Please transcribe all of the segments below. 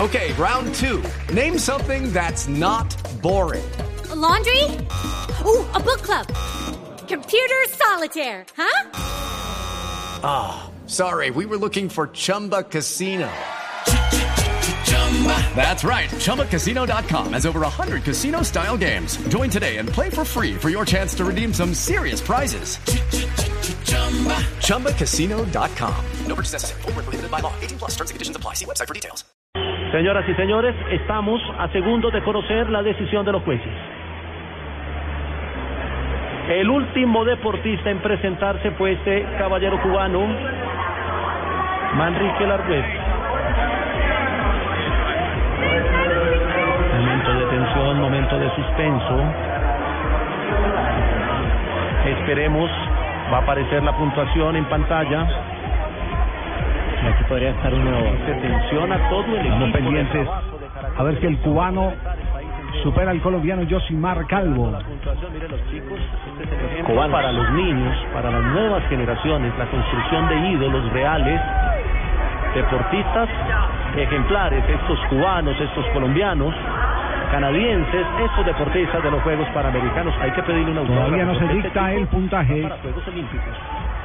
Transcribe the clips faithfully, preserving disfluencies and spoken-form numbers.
Okay, round two. Name something that's not boring. A laundry? Ooh, a book club. Computer solitaire, huh? Ah, oh, sorry, we were looking for Chumba Casino. That's right, Chumba Casino dot com has over one hundred casino-style games. Join today and play for free for your chance to redeem some serious prizes. Chumba Casino dot com. No purchase necessary. Void where prohibited by law. eighteen plus terms and conditions apply. See website for details. Señoras y señores, estamos a segundos de conocer la decisión de los jueces. El último deportista en presentarse fue este caballero cubano, Manrique Larguez. Momento de tensión, momento de suspenso. Esperemos, va a aparecer la puntuación en pantalla. Y aquí podría estar uno. Se tensiona todo el Estamos equipo. pendientes a ver si el cubano supera al colombiano Yosimar Calvo. Cubano. Para los niños, para las nuevas generaciones, la construcción de ídolos reales, deportistas ejemplares, estos cubanos, estos colombianos, canadienses, estos deportistas de los Juegos Panamericanos. Hay que pedirle una autógrafa. Todavía no se este dicta el puntaje. Para Juegos Olímpicos.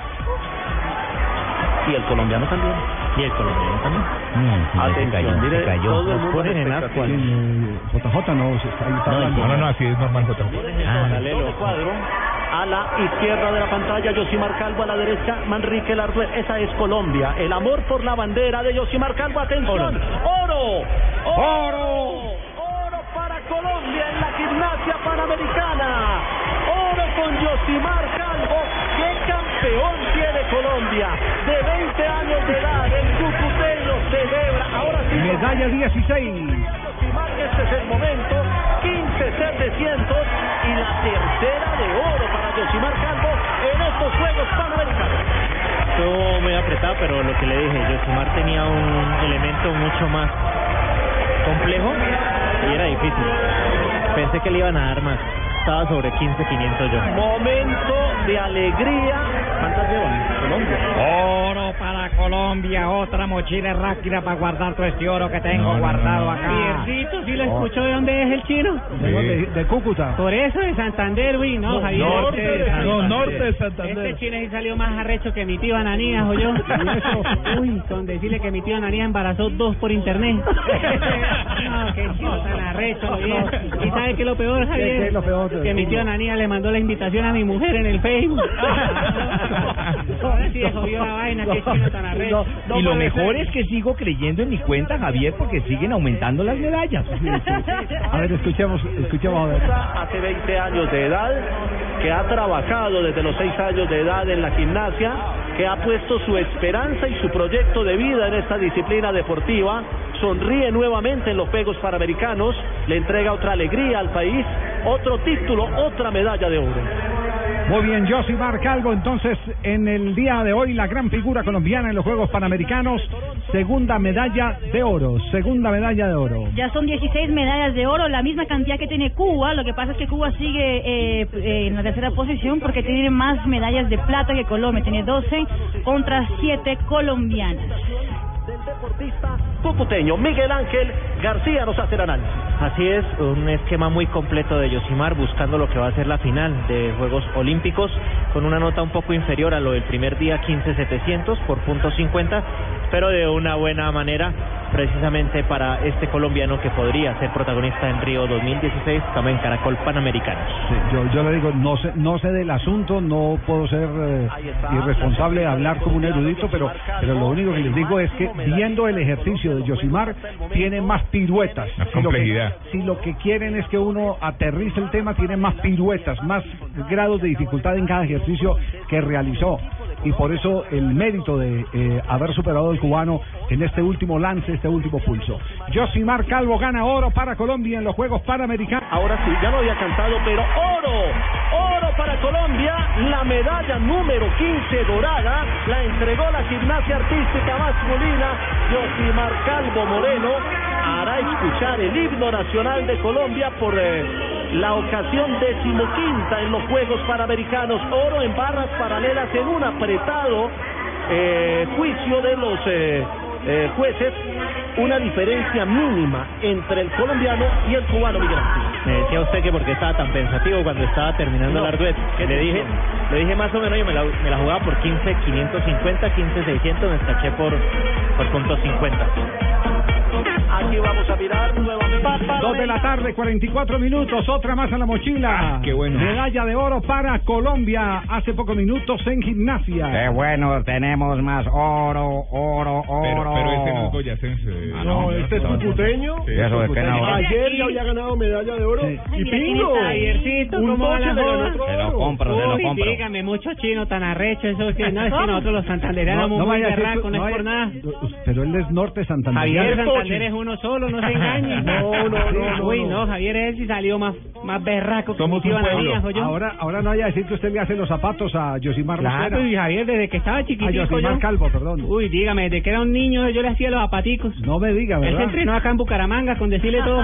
Y el colombiano también. Y el colombiano también. No, Atención, cayó, mire, se cayó. todo el Nos mundo ponen en expectativa. ascuas. J J no, se está, ahí está No, hablando. no, No, no, así es normal, J J. Ah, Doble cuadro. A la izquierda de la pantalla, Yosimar Calvo, a la derecha, Manrique Larguez. Esa es Colombia. El amor por la bandera de Yosimar Calvo. Atención. ¡Oro! ¡Oro! ¡Oro para Colombia en la gimnasia panamericana! ¡Oro con Yosimar Calvo! ¡Qué campeón tiene Colombia! De veinte años de edad, el cucuteño celebra. Ahora sí. Medalla dieciséis. Yosimar, este es el momento. quince setecientos y la tercera de oro para Yosimar Calvo en estos Juegos Panamericanos. Estuvo muy apretado, pero lo que le dije, Yosimar tenía un elemento mucho más complejo y era difícil. Pensé que le iban a dar más. Estaba sobre quince quinientos yo. Momento de alegría. ¿Cuántas llevan? Colombia. Oro para Colombia, otra mochila rápida para guardar todo este oro que tengo No, guardado no, no. acá. Piercito, ¿sí lo escuchó de dónde es el chino? Vengo de, de Cúcuta. Por eso de Santander, uy, no, No, Javier. norte este- de Santander. No, norte de Santander. Este chino sí salió más arrecho que mi tío Ananías, o yo. Uy, con decirle que mi tío Ananías embarazó dos por internet. No, qué chino tan arrecho, oye. ¿Y sabe qué es lo peor, Javier? ¿Qué es lo peor? Que mi tío Ananías le mandó la invitación a mi mujer en el Facebook. Ahora sí dejó yo la vaina, qué chino tan arrecho. No, no y lo puede mejor ser. es que sigo creyendo en mi cuenta, Javier, porque siguen aumentando las medallas. A ver, escuchemos, escuchemos a ver. Hace veinte años de edad, que ha trabajado desde los seis años de edad en la gimnasia, que ha puesto su esperanza y su proyecto de vida en esta disciplina deportiva, sonríe nuevamente en los Juegos Panamericanos, le entrega otra alegría al país, otro título, otra medalla de oro. Muy bien, Yosimar Calvo, entonces, en el día de hoy, la gran figura colombiana en los Juegos Panamericanos, segunda medalla de oro, segunda medalla de oro. Ya son dieciséis medallas de oro, la misma cantidad que tiene Cuba. Lo que pasa es que Cuba sigue eh, eh, en la tercera posición porque tiene más medallas de plata que Colombia. Tiene doce contra siete colombianas. Del deportista cucuteño Miguel Ángel García nos hace el análisis. Así es, un esquema muy completo de Yosimar buscando lo que va a ser la final de Juegos Olímpicos con una nota un poco inferior a lo del primer día, quince setecientos por punto cincuenta, pero de una buena manera precisamente para este colombiano que podría ser protagonista en Río dos mil dieciséis, también Caracol Panamericanos. Sí, yo, yo le digo, no sé, no sé del asunto, no puedo ser eh, irresponsable de hablar como un erudito, pero, pero lo único que les digo es que viendo el ejercicio de Yosimar, tiene más piruetas. Más Si lo que- complejidad. Si lo que quieren es que uno aterrice el tema, tiene más piruetas, más grados de dificultad en cada ejercicio que realizó. Y por eso el mérito de eh, haber superado al cubano en este último lance, este último pulso. Yosimar Calvo gana oro para Colombia en los Juegos Panamericanos. Ahora sí, ya lo había cantado, pero oro, oro para Colombia, la medalla número quince dorada, la entregó la gimnasia artística masculina. Yosimar Calvo Moreno hará escuchar el himno nacional de Colombia por eh, la ocasión decimoquinta en los Juegos Panamericanos. Oro en barras paralelas en un apretado eh, juicio de los eh, eh, jueces. una diferencia mínima entre el colombiano y el cubano, Miguel Ángel. Me decía usted que porque estaba tan pensativo cuando estaba terminando No. el Arduet, que le dije, le dije más o menos, yo me la, me la jugaba por quince quinientos cincuenta, quince seiscientos, me escaché por, por punto cincuenta. Aquí vamos a mirar nuevamente. Dos de la tarde, cuarenta y cuatro minutos, otra más a la mochila. Ah, qué bueno. Medalla de oro para Colombia hace pocos minutos en gimnasia. Qué bueno, tenemos más oro, oro, oro. Pero, pero este no es boyacense. Ah, no, este es cucuteño. Sí, ¿Y eso de qué no? Ayer ya había ganado medalla de oro. Sí. Ay, Y mira quién pingo. está, Javiercito, Un ¿cómo va boche la le ganó joda? otro Se lo oro. compro, se lo Uy, compro. dígame, mucho chino tan arrecho, eso que no es que nosotros los santanderianos somos muy vaya a decir berracos, tú- no es vaya- por nada. Pero él es norte Santander. Javier Javier Santander Toche. es uno solo, no se engañe. No, no, no, no, Uy, no. no, Javier es y salió más, más berraco que Somos mi tío un pueblo. Ananías, ¿oyó? Ahora, ahora no vaya a decir que usted le hace los zapatos a Yosimar Claro, Mosquera. y Javier desde que estaba A chiquitico Yosimar yo. Calvo, perdón. Uy, dígame, desde que era un niño yo le hacía los zapaticos. No me diga, Él se ¿verdad? entrenó acá en Bucaramanga con decirle todo.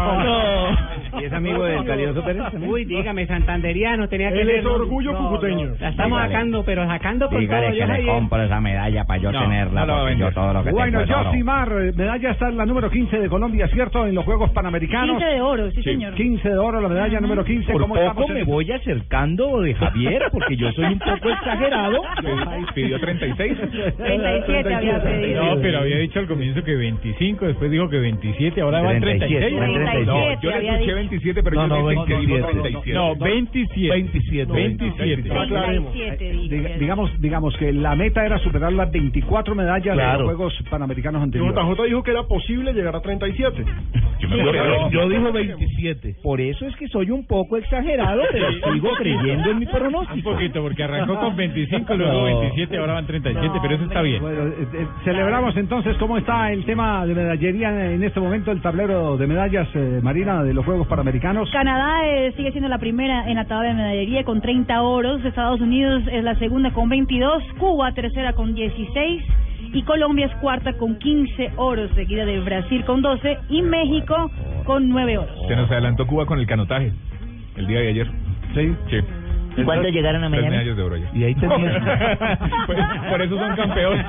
Ah, no. ¿Y es amigo del Calioso Pérez? Uy, dígame, santanderiano, tenía que Él ser. es orgullo cucuteño. La estamos Dígale. sacando, pero sacando con Dígale todo. que Yo, le Javier. compro esa medalla para yo No, tenerla, no la va a porque yo vender. todo lo que Bueno, tengo es oro. Yosimar, eh, medalla está en la número quince de Colombia, ¿cierto? En los Juegos Panamericanos. quince de oro, sí, señor. quince de oro, la medalla número quince. Por ¿Cómo poco estamos en me esto? voy acercando de Javier, porque yo soy un poco exagerado. Pidió treinta y seis. treinta y siete había pedido. No, pero había dicho al comienzo que veinticinco, después dijo que veintisiete, ahora va en treinta y siete, treinta y seis. treinta y No, siete yo le había escuché dicho. veintisiete, pero No, yo no, dije que dijo veintisiete. treinta y siete. No, veintisiete. veintisiete. veintisiete. Aclaremos. treinta y siete, dije. Diga- digamos, digamos que la meta era superar las veinticuatro medallas de Claro. los Juegos Panamericanos anteriores. J J dijo que era posible llegar a treinta y siete. Yo me acuerdo. Yo digo veintisiete. Por eso es que soy un poco exagerado, pero sigo creyendo en mi Un pronóstico. poquito, porque arrancó con veinticinco, luego No. veintisiete, ahora van treinta y siete, pero eso está bien. Bueno, eh, eh, celebramos entonces cómo está el tema de medallería en este momento, el tablero de medallas, eh, Marina, de los Juegos Panamericanos. Canadá eh, sigue siendo la primera en la tabla de medallería con treinta oros, Estados Unidos es la segunda con veintidós, Cuba tercera con dieciséis y Colombia es cuarta con quince oros, seguida de Brasil con doce y México con nueve oros. Se nos adelantó Cuba con el canotaje el día de ayer. Sí. Sí. ¿Y cuántos llegaron a Tres mañana? medallas de oro ya. Y ahí tenían. por, por eso son campeones.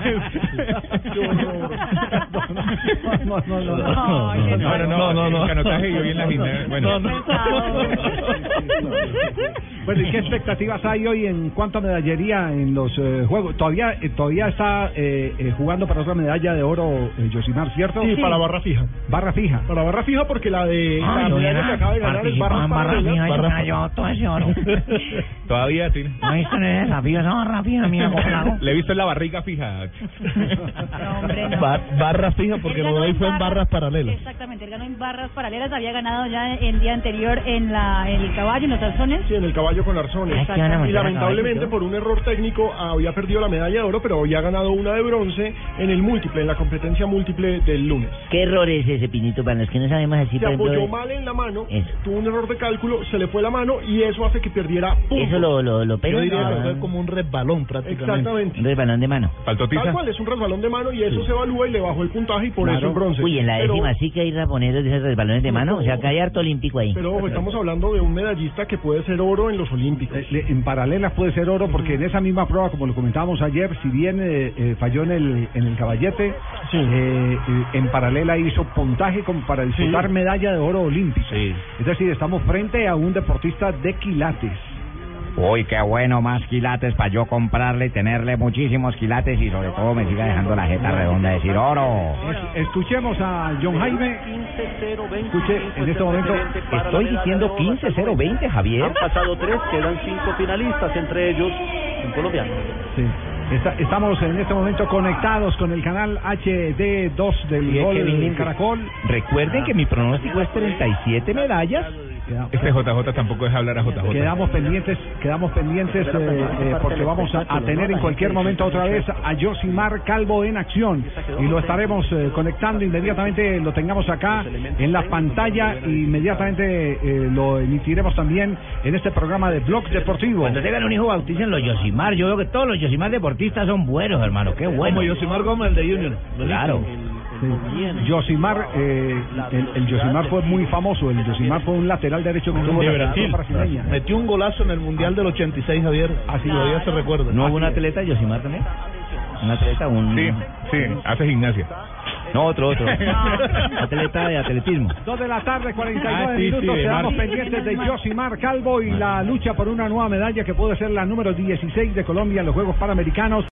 No, no, no, no. No, qué No, no, no, no, no. el canotaje yo vi en la gimnasia. Bueno, Bueno, ¿y qué expectativas hay hoy en cuanto a medallería en los eh, Juegos? Todavía eh, todavía está eh, eh, jugando para otra medalla de oro, eh, Yosimar, ¿cierto? Sí, para barra fija. Barra fija. Para barra fija porque la de la medalla que acaba de ganar es barra paralela. Barra yo todo ese oro. todavía tiene. No he visto en el desafío, esa barra fija, mira cómo la hago. Le he visto en la barriga fija. No, hombre, no. barra fija, Él ganó en Exactamente, él ganó en barras paralelas, había ganado ya el día anterior en la en el caballo, en los arzones. Sí, en el caballo con arzones. Ay, ¿qué van a montar Y a lamentablemente caballo? por un error técnico había perdido la medalla de oro, pero había ganado una de bronce en el múltiple, en la competencia múltiple del lunes. ¿Qué error es ese, Pinito? Para los que no sabemos así, Se por ejemplo, apoyó de- mal en la mano, Eso. tuvo un error de cálculo, se le fue la mano y eso hace que perdiera puntos. eso lo, lo, lo pega. Yo diría que Ah, fue como un resbalón prácticamente. Exactamente. Un resbalón de mano. Faltó Tal tiza. cual, es un resbalón de mano y eso se evalúa y le bajó el puntaje y por Claro. eso el bronce. Uy, en la Pero- décima sí que hay raponeros de esos resbalones de mano, o sea, que hay harto olímpico ahí. Pero ojo, estamos hablando de un medallista que puede ser oro en los Olímpicos. Eh, le- En paralelas puede ser oro porque en esa misma prueba, como lo comentábamos ayer, si bien eh, eh, falló en el en el caballete, Sí. eh, eh, en paralela hizo puntaje como para disputar Sí. medalla de oro olímpica. Es decir, estamos frente a un deportista de quilates. Uy, qué bueno, más quilates para yo comprarle y tenerle muchísimos quilates y sobre todo me siga dejando la jeta redonda de decir oro. Es- escuchemos a John Jaime. Escuche, en este momento Estoy diciendo quince cero veinte, Javier. Han pasado tres, quedan cinco finalistas, entre ellos un colombiano. Sí. Está- estamos en este momento conectados con el canal H D dos del Y es Gol que vienen- Caracol. Recuerden que mi pronóstico es treinta y siete medallas. Queda- Este J J tampoco deja hablar a J J. Quedamos pendientes, quedamos pendientes eh, eh, porque vamos a, a tener en cualquier momento otra vez a Yosimar Calvo en acción y lo estaremos eh, conectando inmediatamente, lo tengamos acá en la pantalla e inmediatamente eh, lo emitiremos también en este programa de Blog Deportivo. Cuando tengan un hijo, bautícenlo Yosimar. Yo veo que todos los Yosimar deportistas son buenos, hermano. Qué bueno. Como Yosimar Gómez, el de Junior. Claro. Sí. Yosimar, eh, el, el Yosimar fue muy famoso, el Yosimar fue un lateral derecho que tuvo De la Brasil. selección brasileña. Metió un golazo en el Mundial del ochenta y seis, Javier. Así todavía se recuerda. ¿No hubo un atleta Yosimar también? ¿Un atleta? Un... Sí, sí, hace gimnasia. No, otro, otro. Atleta de atletismo. Dos de la tarde, cuarenta y nueve Ah, sí, minutos. sí, Quedamos Mar- pendientes de Yosimar Calvo y la lucha por una nueva medalla que puede ser la número dieciséis de Colombia en los Juegos Panamericanos.